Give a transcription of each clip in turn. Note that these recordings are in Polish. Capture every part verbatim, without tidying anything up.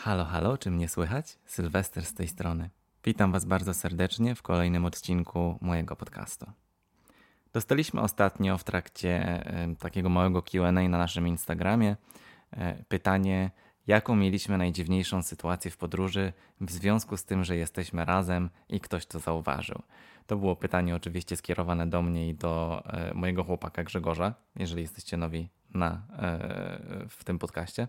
Halo, halo, czy mnie słychać? Sylwester z tej strony. Witam Was bardzo serdecznie w kolejnym odcinku mojego podcastu. Dostaliśmy ostatnio w trakcie e, takiego małego Q and A na naszym Instagramie e, pytanie, jaką mieliśmy najdziwniejszą sytuację w podróży w związku z tym, że jesteśmy razem i ktoś to zauważył. To było pytanie oczywiście skierowane do mnie i do e, mojego chłopaka Grzegorza, jeżeli jesteście nowi na, e, w tym podcaście.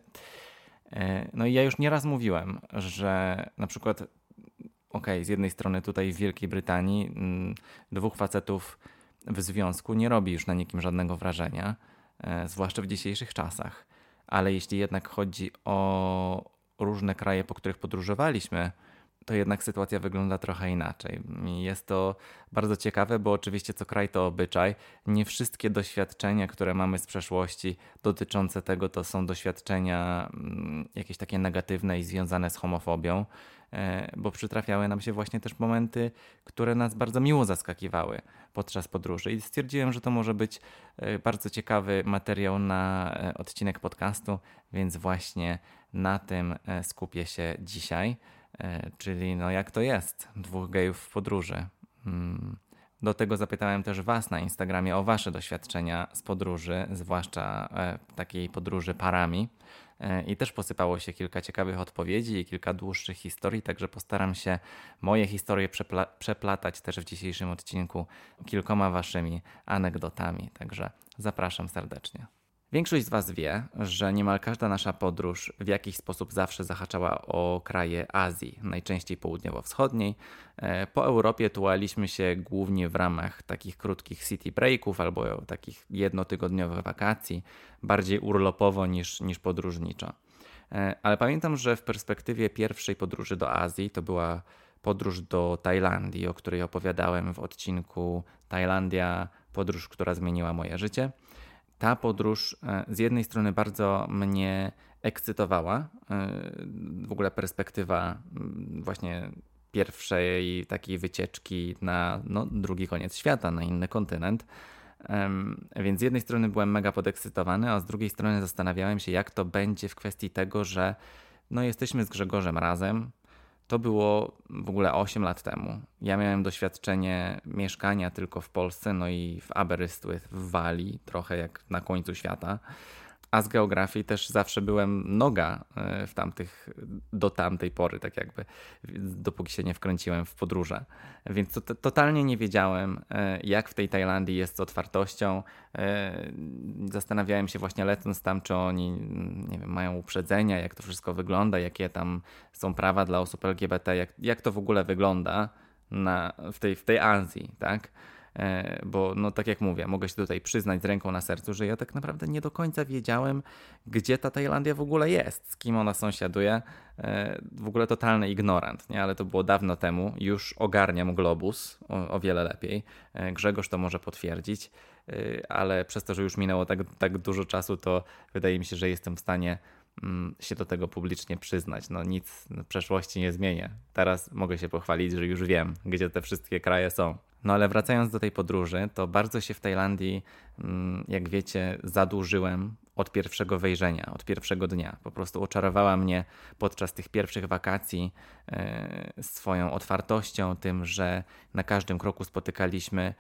No i ja już nieraz mówiłem, że na przykład, okej, z jednej strony tutaj w Wielkiej Brytanii mm, dwóch facetów w związku nie robi już na nikim żadnego wrażenia, e, zwłaszcza w dzisiejszych czasach. Ale jeśli jednak chodzi o różne kraje, po których podróżowaliśmy, to jednak sytuacja wygląda trochę inaczej. Jest to bardzo ciekawe, bo oczywiście co kraj to obyczaj. Nie wszystkie doświadczenia, które mamy z przeszłości dotyczące tego, to są doświadczenia jakieś takie negatywne i związane z homofobią, bo przytrafiały nam się właśnie też momenty, które nas bardzo miło zaskakiwały podczas podróży i stwierdziłem, że to może być bardzo ciekawy materiał na odcinek podcastu, więc właśnie na tym skupię się dzisiaj. Czyli no jak to jest, dwóch gejów w podróży. Do tego zapytałem też Was na Instagramie o Wasze doświadczenia z podróży, zwłaszcza takiej podróży parami. I też posypało się kilka ciekawych odpowiedzi i kilka dłuższych historii, także postaram się moje historie przepla- przeplatać też w dzisiejszym odcinku kilkoma Waszymi anegdotami, także zapraszam serdecznie. Większość z Was wie, że niemal każda nasza podróż w jakiś sposób zawsze zahaczała o kraje Azji, najczęściej południowo-wschodniej. Po Europie tułaliśmy się głównie w ramach takich krótkich city breaków albo takich jednotygodniowych wakacji, bardziej urlopowo niż, niż podróżniczo. Ale pamiętam, że w perspektywie pierwszej podróży do Azji, to była podróż do Tajlandii, o której opowiadałem w odcinku Tajlandia, podróż, która zmieniła moje życie. Ta podróż z jednej strony bardzo mnie ekscytowała, w ogóle perspektywa właśnie pierwszej takiej wycieczki na no, drugi koniec świata, na inny kontynent. Więc z jednej strony byłem mega podekscytowany, a z drugiej strony zastanawiałem się, jak to będzie w kwestii tego, że no, jesteśmy z Grzegorzem razem. To było w ogóle osiem lat temu. Ja miałem doświadczenie mieszkania tylko w Polsce, no i w Aberystwyth, w Walii, trochę jak na końcu świata. A z geografii też zawsze byłem noga w tamtych, do tamtej pory, tak jakby, dopóki się nie wkręciłem w podróże. Więc to, to, totalnie nie wiedziałem, jak w tej Tajlandii jest z otwartością. Zastanawiałem się właśnie lecąc tam, czy oni nie wiem, mają uprzedzenia, jak to wszystko wygląda, jakie tam są prawa dla osób L G B T, jak, jak to w ogóle wygląda na, w, tej, w tej Azji, tak? Bo no tak jak mówię, mogę się tutaj przyznać z ręką na sercu, że ja tak naprawdę nie do końca wiedziałem, gdzie ta Tajlandia w ogóle jest, z kim ona sąsiaduje. W ogóle totalny ignorant, nie? Ale to było dawno temu, już ogarniam globus o, o wiele lepiej. Grzegorz to może potwierdzić, ale przez to, że już minęło tak, tak dużo czasu, to wydaje mi się, że jestem w stanie się do tego publicznie przyznać. No nic w przeszłości nie zmienię. Teraz mogę się pochwalić, że już wiem, gdzie te wszystkie kraje są. No ale wracając do tej podróży, to bardzo się w Tajlandii, jak wiecie, zadłużyłem od pierwszego wejrzenia, od pierwszego dnia. Po prostu oczarowała mnie podczas tych pierwszych wakacji e, swoją otwartością, tym, że na każdym kroku spotykaliśmy,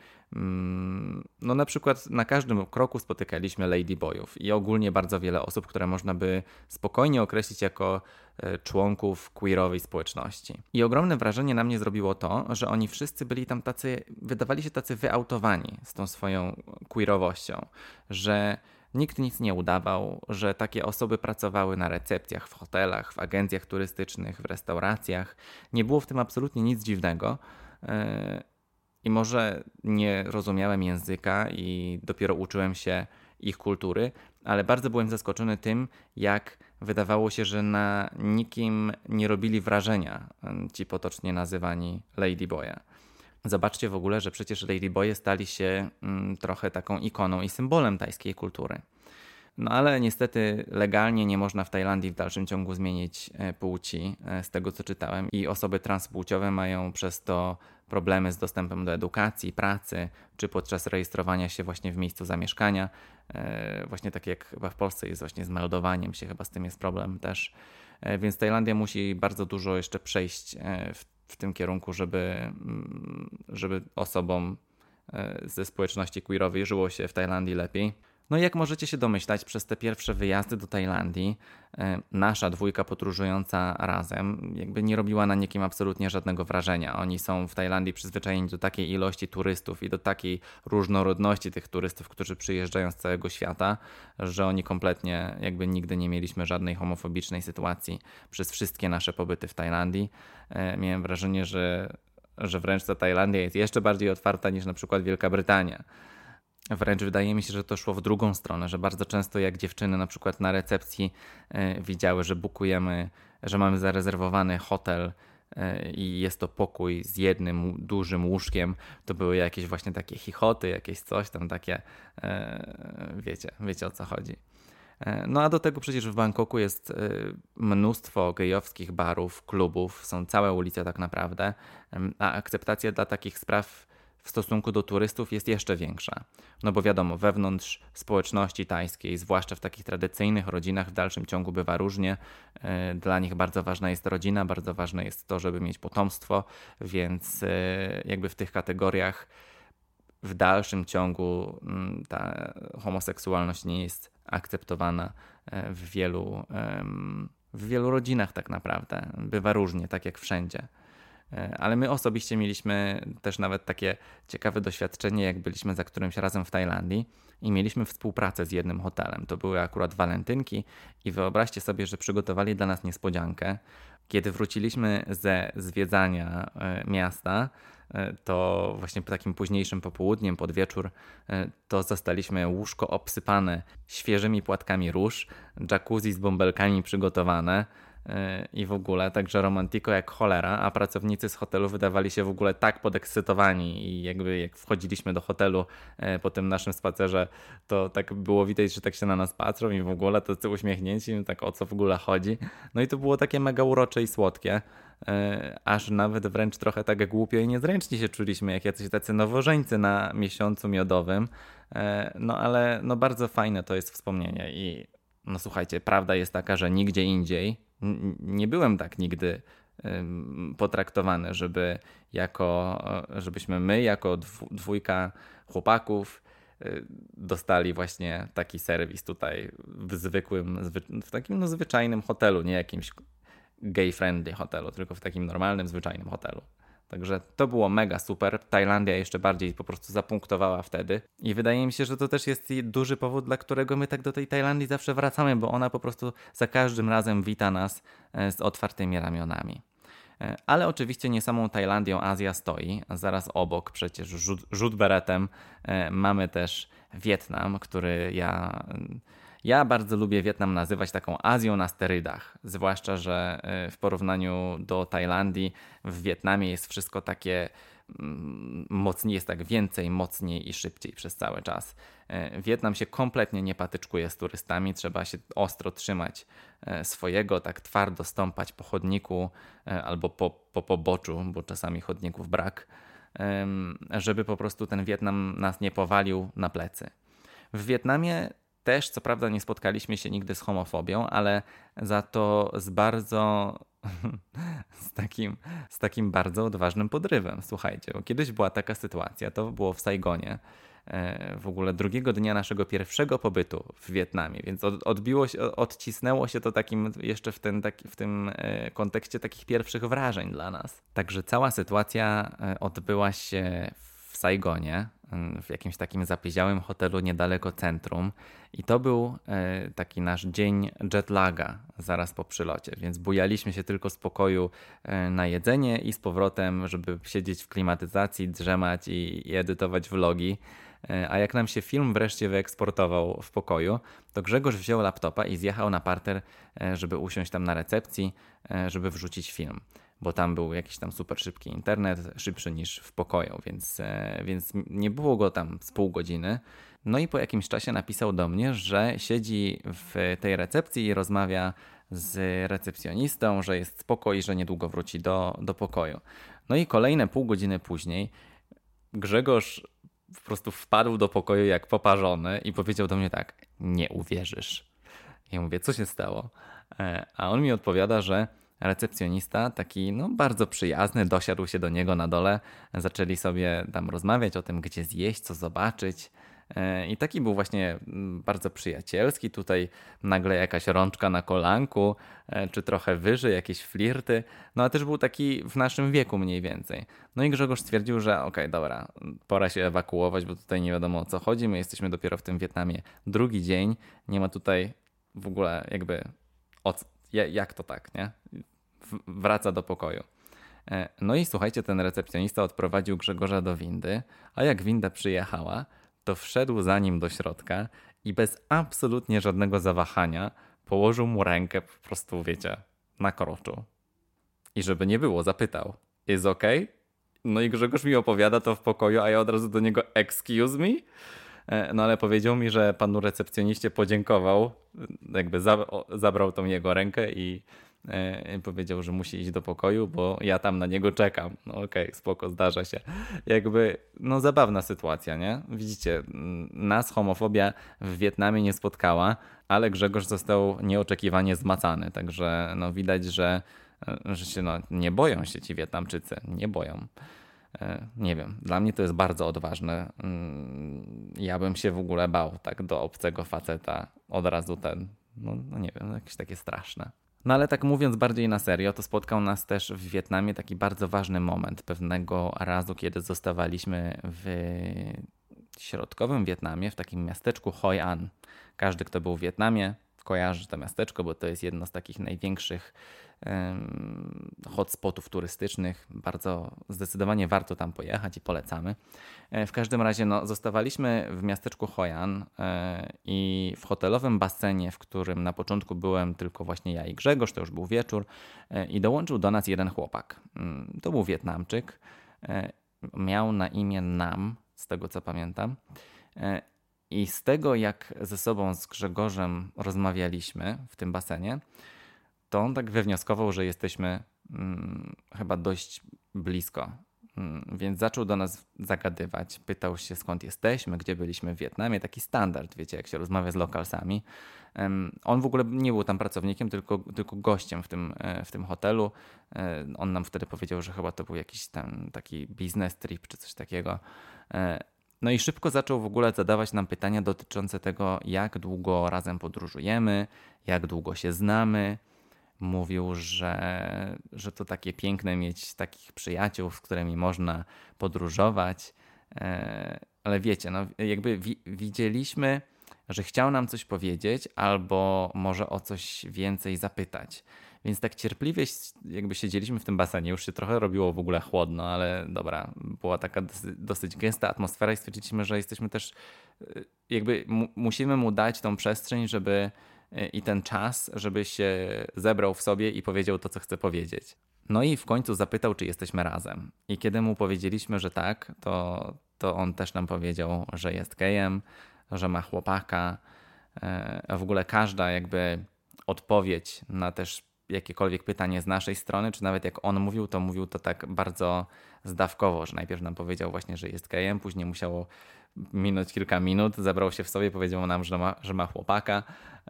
mm, no na przykład na każdym kroku spotykaliśmy ladyboyów i ogólnie bardzo wiele osób, które można by spokojnie określić jako e, członków queerowej społeczności. I ogromne wrażenie na mnie zrobiło to, że oni wszyscy byli tam tacy, wydawali się tacy wyautowani z tą swoją queerowością, że nikt nic nie udawał, że takie osoby pracowały na recepcjach, w hotelach, w agencjach turystycznych, w restauracjach. Nie było w tym absolutnie nic dziwnego. I może nie rozumiałem języka i dopiero uczyłem się ich kultury, ale bardzo byłem zaskoczony tym, jak wydawało się, że na nikim nie robili wrażenia ci potocznie nazywani ladyboye. Zobaczcie w ogóle, że przecież ladyboye stali się mm, trochę taką ikoną i symbolem tajskiej kultury. No ale niestety legalnie nie można w Tajlandii w dalszym ciągu zmienić płci, z tego co czytałem, i osoby transpłciowe mają przez to problemy z dostępem do edukacji, pracy, czy podczas rejestrowania się właśnie w miejscu zamieszkania. Właśnie tak jak chyba w Polsce jest właśnie z meldowaniem się, chyba z tym jest problem też. Więc Tajlandia musi bardzo dużo jeszcze przejść w, w tym kierunku, żeby, żeby osobom ze społeczności queerowej żyło się w Tajlandii lepiej. No i jak możecie się domyślać, przez te pierwsze wyjazdy do Tajlandii nasza dwójka podróżująca razem jakby nie robiła na nikim absolutnie żadnego wrażenia. Oni są w Tajlandii przyzwyczajeni do takiej ilości turystów i do takiej różnorodności tych turystów, którzy przyjeżdżają z całego świata, że oni kompletnie jakby nigdy nie mieliśmy żadnej homofobicznej sytuacji przez wszystkie nasze pobyty w Tajlandii. Miałem wrażenie, że, że wręcz ta Tajlandia jest jeszcze bardziej otwarta niż na przykład Wielka Brytania. Wręcz wydaje mi się, że to szło w drugą stronę, że bardzo często jak dziewczyny na przykład na recepcji y, widziały, że bukujemy, że mamy zarezerwowany hotel y, i jest to pokój z jednym dużym łóżkiem, to były jakieś właśnie takie chichoty, jakieś coś tam takie, y, wiecie, wiecie o co chodzi. No a do tego przecież w Bangkoku jest mnóstwo gejowskich barów, klubów, są całe ulice tak naprawdę, a akceptacja dla takich spraw w stosunku do turystów jest jeszcze większa. No bo wiadomo, wewnątrz społeczności tajskiej, zwłaszcza w takich tradycyjnych rodzinach w dalszym ciągu bywa różnie. Dla nich bardzo ważna jest rodzina, bardzo ważne jest to, żeby mieć potomstwo, więc jakby w tych kategoriach w dalszym ciągu ta homoseksualność nie jest akceptowana w wielu, w wielu rodzinach tak naprawdę. Bywa różnie, tak jak wszędzie. Ale my osobiście mieliśmy też nawet takie ciekawe doświadczenie, jak byliśmy za którymś razem w Tajlandii i mieliśmy współpracę z jednym hotelem. To były akurat walentynki i wyobraźcie sobie, że przygotowali dla nas niespodziankę. Kiedy wróciliśmy ze zwiedzania miasta, to właśnie po takim późniejszym popołudniem, pod wieczór, to zastaliśmy łóżko obsypane świeżymi płatkami róż, jacuzzi z bąbelkami przygotowane, i w ogóle, także romantiko jak cholera, a pracownicy z hotelu wydawali się w ogóle tak podekscytowani i jakby jak wchodziliśmy do hotelu po tym naszym spacerze, to tak było widać, że tak się na nas patrzą i w ogóle tacy uśmiechnięci, tak o co w ogóle chodzi. No i to było takie mega urocze i słodkie, aż nawet wręcz trochę tak głupio i niezręcznie się czuliśmy, jak jacyś tacy nowożeńcy na miesiącu miodowym, no ale no bardzo fajne to jest wspomnienie i no słuchajcie, prawda jest taka, że nigdzie indziej nie byłem tak nigdy potraktowany, żeby jako, żebyśmy my jako dwójka chłopaków dostali właśnie taki serwis tutaj w zwykłym, w takim no zwyczajnym hotelu, nie jakimś gay-friendly hotelu, tylko w takim normalnym, zwyczajnym hotelu. Także to było mega super. Tajlandia jeszcze bardziej po prostu zapunktowała wtedy. I wydaje mi się, że to też jest duży powód, dla którego my tak do tej Tajlandii zawsze wracamy, bo ona po prostu za każdym razem wita nas z otwartymi ramionami. Ale oczywiście nie samą Tajlandią Azja stoi. Zaraz obok, przecież rzut, rzut beretem, mamy też Wietnam, który ja... Ja bardzo lubię Wietnam nazywać taką Azją na sterydach, zwłaszcza, że w porównaniu do Tajlandii w Wietnamie jest wszystko takie mocniej, jest tak więcej, mocniej i szybciej przez cały czas. Wietnam się kompletnie nie patyczkuje z turystami, trzeba się ostro trzymać swojego, tak twardo stąpać po chodniku albo po, po poboczu, bo czasami chodników brak, żeby po prostu ten Wietnam nas nie powalił na plecy. W Wietnamie też, co prawda, nie spotkaliśmy się nigdy z homofobią, ale za to z bardzo, z takim, z takim bardzo odważnym podrywem. Słuchajcie, bo kiedyś była taka sytuacja, to było w Saigonie, w ogóle drugiego dnia naszego pierwszego pobytu w Wietnamie, więc odbiło się, odcisnęło się to takim jeszcze w, ten, taki, w tym kontekście takich pierwszych wrażeń dla nas. Także cała sytuacja odbyła się w Saigonie, w jakimś takim zapieziałym hotelu niedaleko centrum i to był taki nasz dzień jetlaga zaraz po przylocie, więc bujaliśmy się tylko z pokoju na jedzenie i z powrotem, żeby siedzieć w klimatyzacji, drzemać i, i edytować vlogi. A jak nam się film wreszcie wyeksportował w pokoju, to Grzegorz wziął laptopa i zjechał na parter, żeby usiąść tam na recepcji, żeby wrzucić film. bo tam był jakiś tam super szybki internet, szybszy niż w pokoju, więc, więc nie było go tam z pół godziny. No i po jakimś czasie napisał do mnie, że siedzi w tej recepcji i rozmawia z recepcjonistą, że jest spoko i że niedługo wróci do, do pokoju. No i kolejne pół godziny później Grzegorz po prostu wpadł do pokoju jak poparzony i powiedział do mnie tak: nie uwierzysz. Ja mówię, co się stało? A on mi odpowiada, że recepcjonista, taki no bardzo przyjazny, dosiadł się do niego na dole. Zaczęli sobie tam rozmawiać o tym, gdzie zjeść, co zobaczyć. I taki był właśnie bardzo przyjacielski. Tutaj nagle jakaś rączka na kolanku, czy trochę wyżej, jakieś flirty. No a też był taki w naszym wieku mniej więcej. No i Grzegorz stwierdził, że okej, okay, dobra, pora się ewakuować, bo tutaj nie wiadomo o co chodzi. My jesteśmy dopiero w tym Wietnamie drugi dzień. Nie ma tutaj w ogóle jakby o, jak to tak, nie? Wraca do pokoju. No i słuchajcie, ten recepcjonista odprowadził Grzegorza do windy, a jak winda przyjechała, to wszedł za nim do środka i bez absolutnie żadnego zawahania położył mu rękę po prostu, wiecie, na kroczu. I żeby nie było, zapytał: is okay? No i Grzegorz mi opowiada to w pokoju, a ja od razu do niego: excuse me? No ale powiedział mi, że panu recepcjoniście podziękował, jakby za, zabrał tą jego rękę i e, powiedział, że musi iść do pokoju, bo ja tam na niego czekam. No okej, okay, spoko, zdarza się. Jakby, no zabawna sytuacja, nie? Widzicie, nas homofobia w Wietnamie nie spotkała, ale Grzegorz został nieoczekiwanie zmacany, także no widać, że, że się no, nie boją się ci Wietnamczycy, nie boją. Nie wiem, dla mnie to jest bardzo odważne. Ja bym się w ogóle bał tak do obcego faceta od razu ten, no, no nie wiem, jakieś takie straszne. No ale tak mówiąc bardziej na serio, to spotkał nas też w Wietnamie taki bardzo ważny moment pewnego razu, kiedy zostawaliśmy w środkowym Wietnamie, w takim miasteczku Hoi An. Każdy, kto był w Wietnamie, kojarzy to miasteczko, bo to jest jedno z takich największych um, hotspotów turystycznych. Bardzo zdecydowanie warto tam pojechać i polecamy. W każdym razie no, zostawaliśmy w miasteczku Hoi An e, i w hotelowym basenie, w którym na początku byłem tylko właśnie ja i Grzegorz, to już był wieczór, e, i dołączył do nas jeden chłopak. To był Wietnamczyk. E, miał na imię Nam, z tego co pamiętam. E, I z tego, jak ze sobą z Grzegorzem rozmawialiśmy w tym basenie, to on tak wywnioskował, że jesteśmy hmm, chyba dość blisko. Hmm, więc zaczął do nas zagadywać. Pytał się, skąd jesteśmy, gdzie byliśmy w Wietnamie. Taki standard, wiecie, jak się rozmawia z lokalsami. Um, on w ogóle nie był tam pracownikiem, tylko, tylko gościem w tym, w tym hotelu. Um, on nam wtedy powiedział, że chyba to był jakiś tam taki business trip czy coś takiego. Um, No i szybko zaczął w ogóle zadawać nam pytania dotyczące tego, jak długo razem podróżujemy, jak długo się znamy. Mówił, że, że to takie piękne mieć takich przyjaciół, z którymi można podróżować. Ale wiecie, no jakby wi- widzieliśmy, że chciał nam coś powiedzieć albo może o coś więcej zapytać. Więc tak cierpliwie jakby siedzieliśmy w tym basenie, już się trochę robiło w ogóle chłodno, ale dobra, była taka dosyć, dosyć gęsta atmosfera i stwierdziliśmy, że jesteśmy też, jakby mu, musimy mu dać tą przestrzeń, żeby i ten czas, żeby się zebrał w sobie i powiedział to, co chce powiedzieć. No i w końcu zapytał, czy jesteśmy razem. I kiedy mu powiedzieliśmy, że tak, to, to on też nam powiedział, że jest gejem, że ma chłopaka. A w ogóle każda jakby odpowiedź na też jakiekolwiek pytanie z naszej strony, czy nawet jak on mówił, to mówił to tak bardzo zdawkowo, że najpierw nam powiedział właśnie, że jest gejem, później musiało minąć kilka minut, zebrał się w sobie, powiedział nam, że ma, że ma chłopaka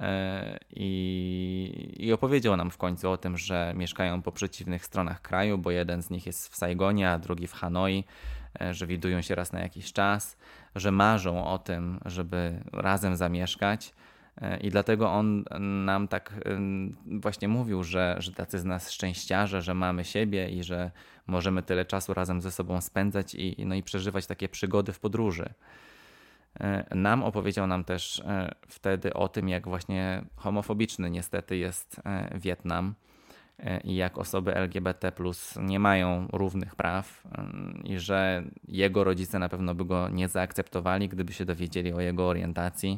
i, i opowiedział nam w końcu o tym, że mieszkają po przeciwnych stronach kraju, bo jeden z nich jest w Saigonie, a drugi w Hanoi, że widują się raz na jakiś czas, że marzą o tym, żeby razem zamieszkać. I dlatego on nam tak właśnie mówił, że, że tacy z nas szczęściarze, że mamy siebie i że możemy tyle czasu razem ze sobą spędzać i, no i przeżywać takie przygody w podróży. Nam opowiedział nam też wtedy o tym, jak właśnie homofobiczny niestety jest Wietnam i jak osoby L G B T plus nie mają równych praw i że jego rodzice na pewno by go nie zaakceptowali, gdyby się dowiedzieli o jego orientacji.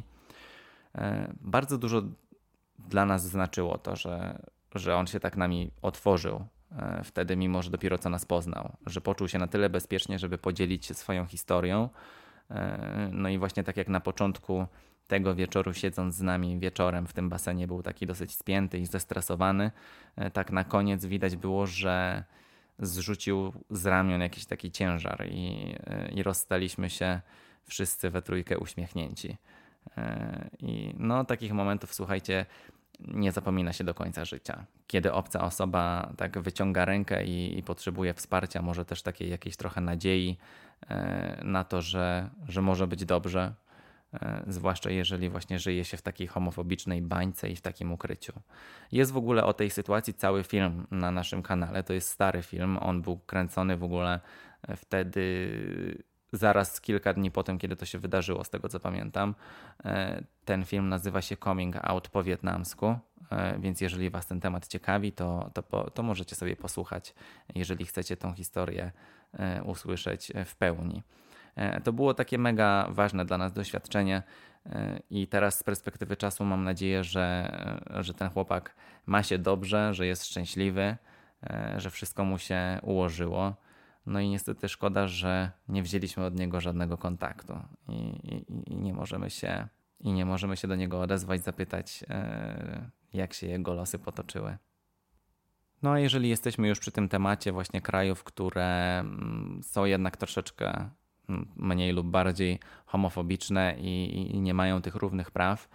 Bardzo dużo dla nas znaczyło to, że, że on się tak nami otworzył wtedy, mimo że dopiero co nas poznał, że poczuł się na tyle bezpiecznie, żeby podzielić się swoją historią. No i właśnie tak jak na początku tego wieczoru, siedząc z nami wieczorem w tym basenie, był taki dosyć spięty i zestresowany, tak na koniec widać było, że zrzucił z ramion jakiś taki ciężar i, i rozstaliśmy się wszyscy we trójkę uśmiechnięci. I no takich momentów, słuchajcie, nie zapomina się do końca życia. Kiedy obca osoba tak wyciąga rękę i, i potrzebuje wsparcia, może też takiej jakiejś trochę nadziei na to, że, że może być dobrze, zwłaszcza jeżeli właśnie żyje się w takiej homofobicznej bańce i w takim ukryciu. Jest w ogóle o tej sytuacji cały film na naszym kanale. To jest stary film. On był kręcony w ogóle wtedy zaraz kilka dni po tym, kiedy to się wydarzyło, z tego co pamiętam. Ten film nazywa się Coming Out po wietnamsku, więc jeżeli was ten temat ciekawi, to, to, to możecie sobie posłuchać, jeżeli chcecie tą historię usłyszeć w pełni. To było takie mega ważne dla nas doświadczenie i teraz z perspektywy czasu mam nadzieję, że, że ten chłopak ma się dobrze, że jest szczęśliwy, że wszystko mu się ułożyło. No i niestety szkoda, że nie wzięliśmy od niego żadnego kontaktu i, i, i, nie, możemy się, i nie możemy się do niego odezwać, zapytać, jak się jego losy potoczyły. No a jeżeli jesteśmy już przy tym temacie właśnie krajów, które są jednak troszeczkę mniej lub bardziej homofobiczne i, i nie mają tych równych praw,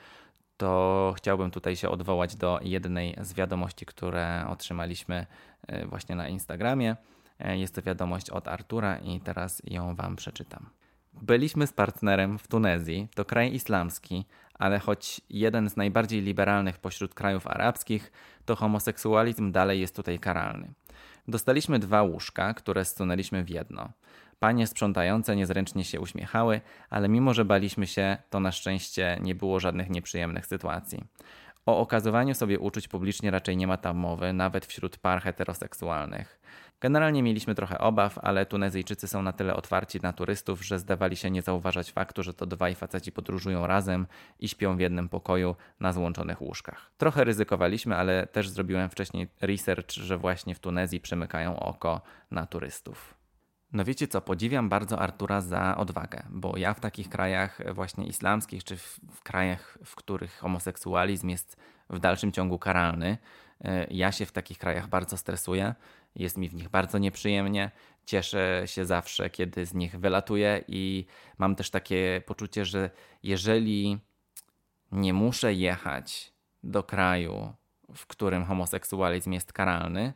to chciałbym tutaj się odwołać do jednej z wiadomości, które otrzymaliśmy właśnie na Instagramie. Jest to wiadomość od Artura i teraz ją wam przeczytam. Byliśmy z partnerem w Tunezji, to kraj islamski, ale choć jeden z najbardziej liberalnych pośród krajów arabskich, to homoseksualizm dalej jest tutaj karalny. Dostaliśmy dwa łóżka, które zsunęliśmy w jedno. Panie sprzątające niezręcznie się uśmiechały, ale mimo że baliśmy się, to na szczęście nie było żadnych nieprzyjemnych sytuacji. O okazywaniu sobie uczuć publicznie raczej nie ma tam mowy, nawet wśród par heteroseksualnych. Generalnie mieliśmy trochę obaw, ale Tunezyjczycy są na tyle otwarci na turystów, że zdawali się nie zauważać faktu, że to dwaj faceci podróżują razem i śpią w jednym pokoju na złączonych łóżkach. Trochę ryzykowaliśmy, ale też zrobiłem wcześniej research, że właśnie w Tunezji przymykają oko na turystów. No wiecie co, podziwiam bardzo Artura za odwagę, bo ja w takich krajach właśnie islamskich, czy w, w krajach, w których homoseksualizm jest w dalszym ciągu karalny, ja się w takich krajach bardzo stresuję, jest mi w nich bardzo nieprzyjemnie, cieszę się zawsze, kiedy z nich wylatuję i mam też takie poczucie, że jeżeli nie muszę jechać do kraju, w którym homoseksualizm jest karalny,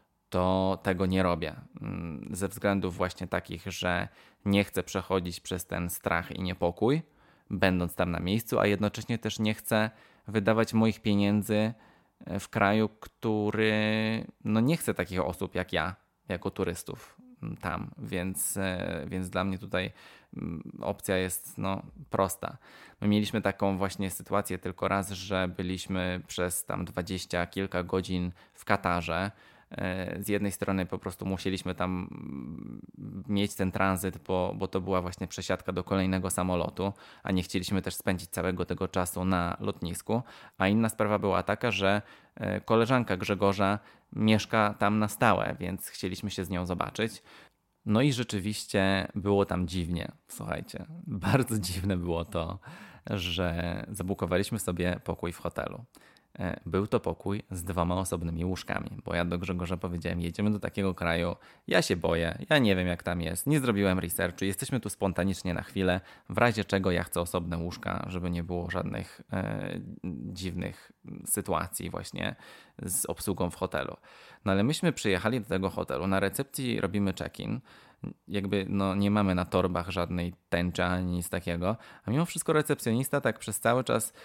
to tego nie robię. Ze względów właśnie takich, że nie chcę przechodzić przez ten strach i niepokój, będąc tam na miejscu, a jednocześnie też nie chcę wydawać moich pieniędzy w kraju, który no nie chce takich osób jak ja, jako turystów tam, więc, więc dla mnie tutaj opcja jest no, prosta. My mieliśmy taką właśnie sytuację tylko raz, że byliśmy przez tam dwadzieścia kilka godzin w Katarze. Z jednej strony po prostu musieliśmy tam mieć ten tranzyt, bo, bo to była właśnie przesiadka do kolejnego samolotu, a nie chcieliśmy też spędzić całego tego czasu na lotnisku. A inna sprawa była taka, że koleżanka Grzegorza mieszka tam na stałe, więc chcieliśmy się z nią zobaczyć. No i rzeczywiście było tam dziwnie, słuchajcie, bardzo dziwne było to, że zabukowaliśmy sobie pokój w hotelu. Był to pokój z dwoma osobnymi łóżkami, bo ja do Grzegorza powiedziałem, jedziemy do takiego kraju, ja się boję, ja nie wiem jak tam jest, nie zrobiłem researchu, jesteśmy tu spontanicznie na chwilę, w razie czego ja chcę osobne łóżka, żeby nie było żadnych e, dziwnych sytuacji właśnie z obsługą w hotelu. No ale myśmy przyjechali do tego hotelu, na recepcji robimy check-in, jakby no nie mamy na torbach żadnej tęczy ani nic takiego, a mimo wszystko recepcjonista tak przez cały czas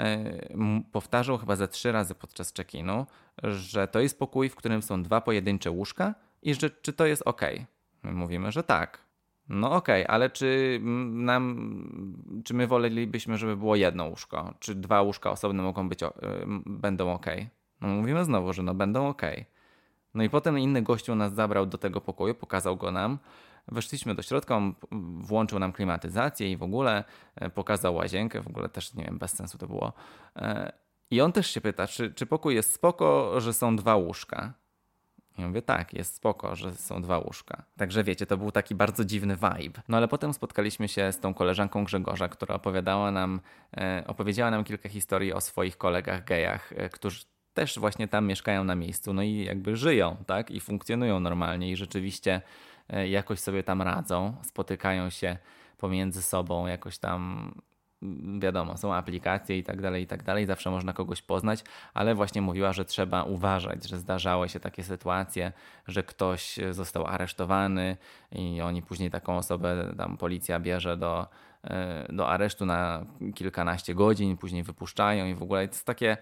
powtarzał chyba ze trzy razy podczas check-inu, że to jest pokój, w którym są dwa pojedyncze łóżka i że czy to jest ok. My mówimy, że tak. No okej, okay, ale czy nam, czy my wolelibyśmy, żeby było jedno łóżko? Czy dwa łóżka osobne mogą być, będą ok? No mówimy znowu, że no będą ok. No i potem inny gościu nas zabrał do tego pokoju, pokazał go nam. Weszliśmy do środka, on włączył nam klimatyzację i w ogóle pokazał łazienkę, w ogóle też nie wiem, bez sensu to było. I on też się pyta, czy, czy pokój jest spoko, że są dwa łóżka. I mówię, tak, jest spoko, że są dwa łóżka. Także wiecie, to był taki bardzo dziwny vibe. No ale potem spotkaliśmy się z tą koleżanką Grzegorza, która opowiadała nam, e, opowiedziała nam kilka historii o swoich kolegach gejach, e, którzy też właśnie tam mieszkają na miejscu, no i jakby żyją, tak? I funkcjonują normalnie i rzeczywiście e, jakoś sobie tam radzą, spotykają się pomiędzy sobą, jakoś tam wiadomo, są aplikacje i tak dalej, i tak dalej, zawsze można kogoś poznać, ale właśnie mówiła, że trzeba uważać, że zdarzały się takie sytuacje, że ktoś został aresztowany i oni później taką osobę, tam policja bierze do, do aresztu na kilkanaście godzin, później wypuszczają i w ogóle to jest takie,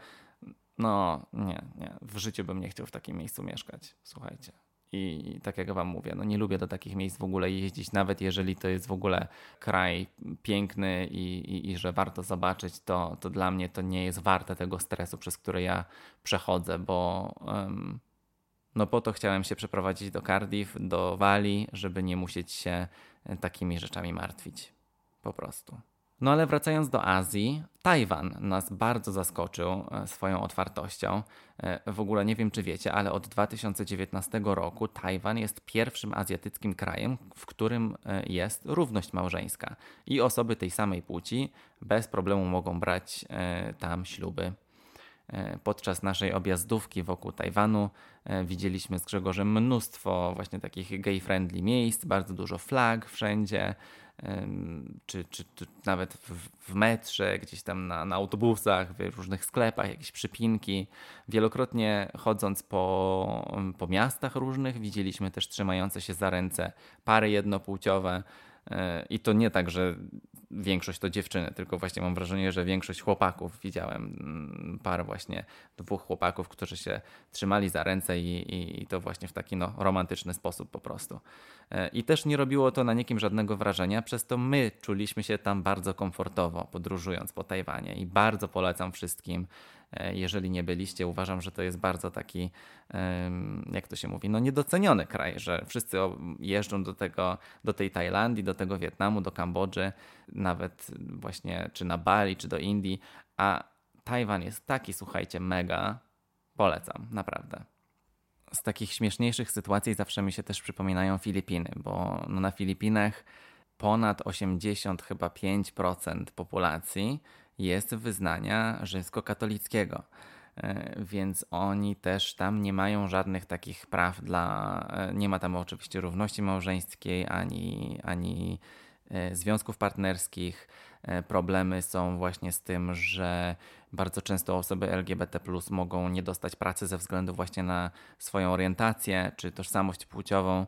no nie, nie, w życiu bym nie chciał w takim miejscu mieszkać, słuchajcie. I tak jak wam mówię, no nie lubię do takich miejsc w ogóle jeździć, nawet jeżeli to jest w ogóle kraj piękny i, i, i że warto zobaczyć, to, to dla mnie to nie jest warte tego stresu, przez który ja przechodzę, bo um, no po to chciałem się przeprowadzić do Cardiff, do Walii, żeby nie musieć się takimi rzeczami martwić. Po prostu. No ale wracając do Azji, Tajwan nas bardzo zaskoczył swoją otwartością. W ogóle nie wiem, czy wiecie, ale od dwa tysiące dziewiętnastego roku Tajwan jest pierwszym azjatyckim krajem, w którym jest równość małżeńska i osoby tej samej płci bez problemu mogą brać tam śluby. Podczas naszej objazdówki wokół Tajwanu widzieliśmy z Grzegorzem mnóstwo właśnie takich gay-friendly miejsc, bardzo dużo flag wszędzie, czy, czy, czy nawet w, w metrze, gdzieś tam na, na autobusach, w różnych sklepach, jakieś przypinki. Wielokrotnie chodząc po, po miastach różnych widzieliśmy też trzymające się za ręce pary jednopłciowe. I to nie tak, że większość to dziewczyny, tylko właśnie mam wrażenie, że większość chłopaków widziałem par właśnie dwóch chłopaków, którzy się trzymali za ręce i, i, i to właśnie w taki no, romantyczny sposób po prostu. I też nie robiło to na nikim żadnego wrażenia, przez to my czuliśmy się tam bardzo komfortowo podróżując po Tajwanie i bardzo polecam wszystkim. Jeżeli nie byliście, uważam, że to jest bardzo taki, jak to się mówi, no niedoceniony kraj, że wszyscy jeżdżą do tego, do tej Tajlandii, do tego Wietnamu, do Kambodży, nawet właśnie czy na Bali, czy do Indii, a Tajwan jest taki, słuchajcie, mega, polecam, naprawdę. Z takich śmieszniejszych sytuacji zawsze mi się też przypominają Filipiny, bo no na Filipinach ponad osiemdziesiąt chyba pięć procent populacji jest wyznania rzymskokatolickiego, więc oni też tam nie mają żadnych takich praw dla, nie ma tam oczywiście równości małżeńskiej ani, ani związków partnerskich. Problemy są właśnie z tym, że bardzo często osoby L G B T plus mogą nie dostać pracy ze względu właśnie na swoją orientację czy tożsamość płciową.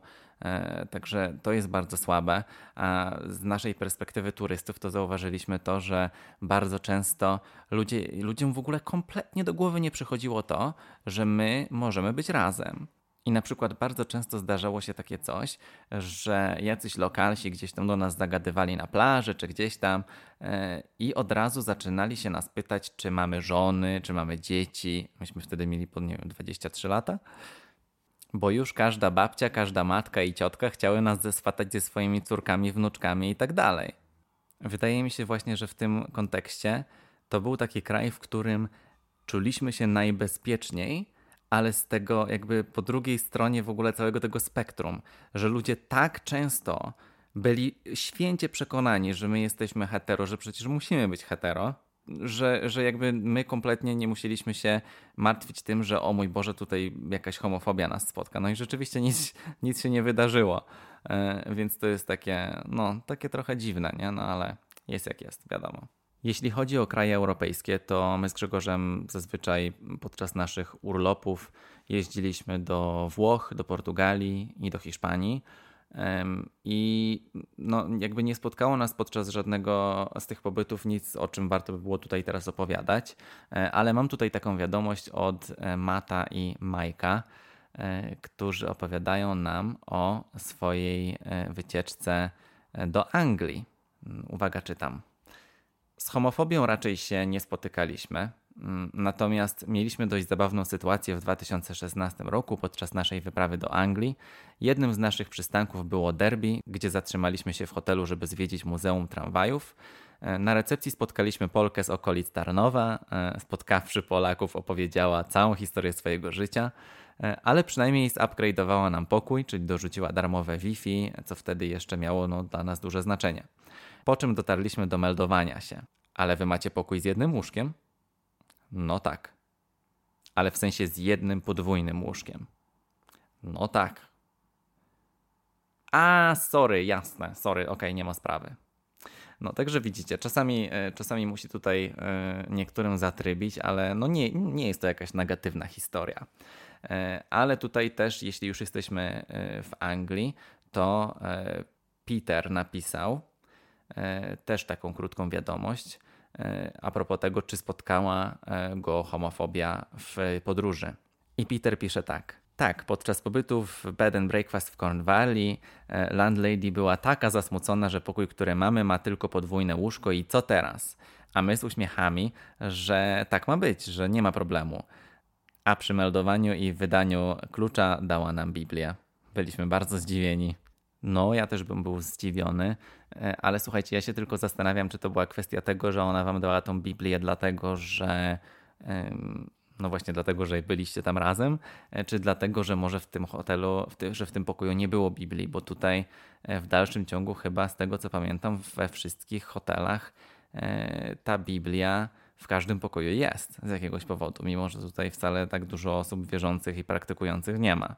Także to jest bardzo słabe, a z naszej perspektywy turystów to zauważyliśmy to, że bardzo często ludzie, ludziom w ogóle kompletnie do głowy nie przychodziło to, że my możemy być razem. I na przykład bardzo często zdarzało się takie coś, że jacyś lokalsi gdzieś tam do nas zagadywali na plaży czy gdzieś tam yy, i od razu zaczynali się nas pytać, czy mamy żony, czy mamy dzieci. Myśmy wtedy mieli po, nie wiem, dwadzieścia trzy lata. Bo już każda babcia, każda matka i ciotka chciały nas zeswatać ze swoimi córkami, wnuczkami i tak dalej. Wydaje mi się właśnie, że w tym kontekście to był taki kraj, w którym czuliśmy się najbezpieczniej, ale z tego jakby po drugiej stronie w ogóle całego tego spektrum, że ludzie tak często byli święcie przekonani, że my jesteśmy hetero, że przecież musimy być hetero, że, że jakby my kompletnie nie musieliśmy się martwić tym, że o mój Boże, tutaj jakaś homofobia nas spotka. No i rzeczywiście nic, nic się nie wydarzyło, yy, więc to jest takie, no, takie trochę dziwne, nie? No ale jest jak jest, wiadomo. Jeśli chodzi o kraje europejskie, to my z Grzegorzem zazwyczaj podczas naszych urlopów jeździliśmy do Włoch, do Portugalii i do Hiszpanii. I no, jakby nie spotkało nas podczas żadnego z tych pobytów nic, o czym warto by było tutaj teraz opowiadać, ale mam tutaj taką wiadomość od Mata i Majka, którzy opowiadają nam o swojej wycieczce do Anglii. Uwaga, czytam. Z homofobią raczej się nie spotykaliśmy, natomiast mieliśmy dość zabawną sytuację w dwa tysiące szesnastym roku podczas naszej wyprawy do Anglii. Jednym z naszych przystanków było Derby, gdzie zatrzymaliśmy się w hotelu, żeby zwiedzić Muzeum Tramwajów. Na recepcji spotkaliśmy Polkę z okolic Tarnowa. Spotkawszy Polaków, opowiedziała całą historię swojego życia. ale przynajmniej zupgrade'owała nam pokój, czyli dorzuciła darmowe Wi-Fi, co wtedy jeszcze miało no, dla nas duże znaczenie. Po czym dotarliśmy do meldowania się. Ale wy macie pokój z jednym łóżkiem? No tak. Ale w sensie z jednym podwójnym łóżkiem. No tak. A, sorry, jasne, sorry, okej, okay, nie ma sprawy. No także widzicie, czasami, czasami musi tutaj niektórym zatrybić, ale no nie, nie jest to jakaś negatywna historia. Ale tutaj też, jeśli już jesteśmy w Anglii, to Peter napisał też taką krótką wiadomość a propos tego, czy spotkała go homofobia w podróży. I Peter pisze tak. Tak, podczas pobytu w bed and breakfast w Corn Valley landlady była taka zasmucona, że pokój, który mamy, ma tylko podwójne łóżko i co teraz? A my z uśmiechami, że tak ma być, że nie ma problemu. A przy meldowaniu i wydaniu klucza dała nam Biblię. Byliśmy bardzo zdziwieni. No, ja też bym był zdziwiony, ale słuchajcie, ja się tylko zastanawiam, czy to była kwestia tego, że ona wam dała tą Biblię dlatego, że... No właśnie dlatego, że byliście tam razem, czy dlatego, że może w tym hotelu, w ty, że w tym pokoju nie było Biblii, bo tutaj w dalszym ciągu chyba z tego co pamiętam we wszystkich hotelach ta Biblia w każdym pokoju jest z jakiegoś powodu, mimo że tutaj wcale tak dużo osób wierzących i praktykujących nie ma.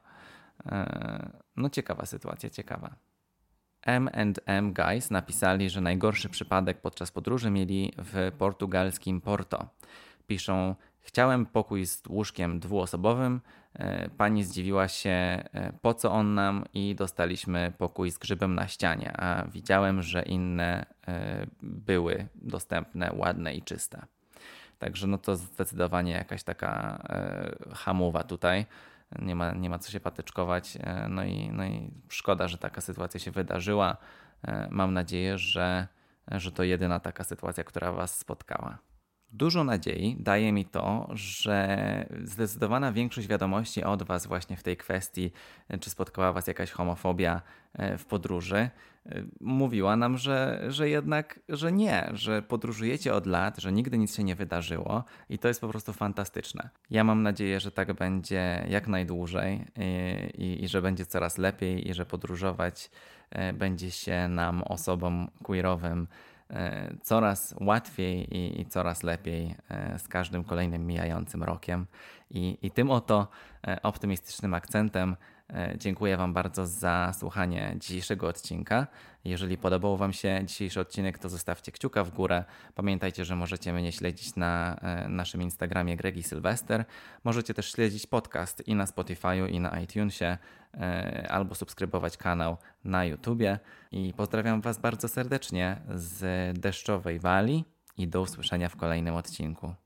No ciekawa sytuacja, ciekawa. M and M Guys napisali, że najgorszy przypadek podczas podróży mieli w portugalskim Porto. Piszą: chciałem pokój z łóżkiem dwuosobowym. Pani zdziwiła się, po co on nam, i dostaliśmy pokój z grzybem na ścianie, a widziałem, że inne były dostępne, ładne i czyste. Także no to zdecydowanie jakaś taka hamowa tutaj. Nie ma, nie ma co się patyczkować. No i, no i szkoda, że taka sytuacja się wydarzyła. Mam nadzieję, że, że to jedyna taka sytuacja, która was spotkała. Dużo nadziei daje mi to, że zdecydowana większość wiadomości od was właśnie w tej kwestii, czy spotkała was jakaś homofobia w podróży, mówiła nam, że, że jednak, że nie, że podróżujecie od lat, że nigdy nic się nie wydarzyło i to jest po prostu fantastyczne. Ja mam nadzieję, że tak będzie jak najdłużej i, i, i że będzie coraz lepiej i że podróżować będzie się nam, osobom queerowym, coraz łatwiej i, i coraz lepiej z każdym kolejnym mijającym rokiem. I, i tym oto optymistycznym akcentem dziękuję wam bardzo za słuchanie dzisiejszego odcinka. Jeżeli podobał wam się dzisiejszy odcinek, to zostawcie kciuka w górę. Pamiętajcie, że możecie mnie śledzić na naszym Instagramie Greg i Sylwester. Możecie też śledzić podcast i na Spotify'u, i na iTunesie, albo subskrybować kanał na YouTubie. I pozdrawiam was bardzo serdecznie z deszczowej Walii i do usłyszenia w kolejnym odcinku.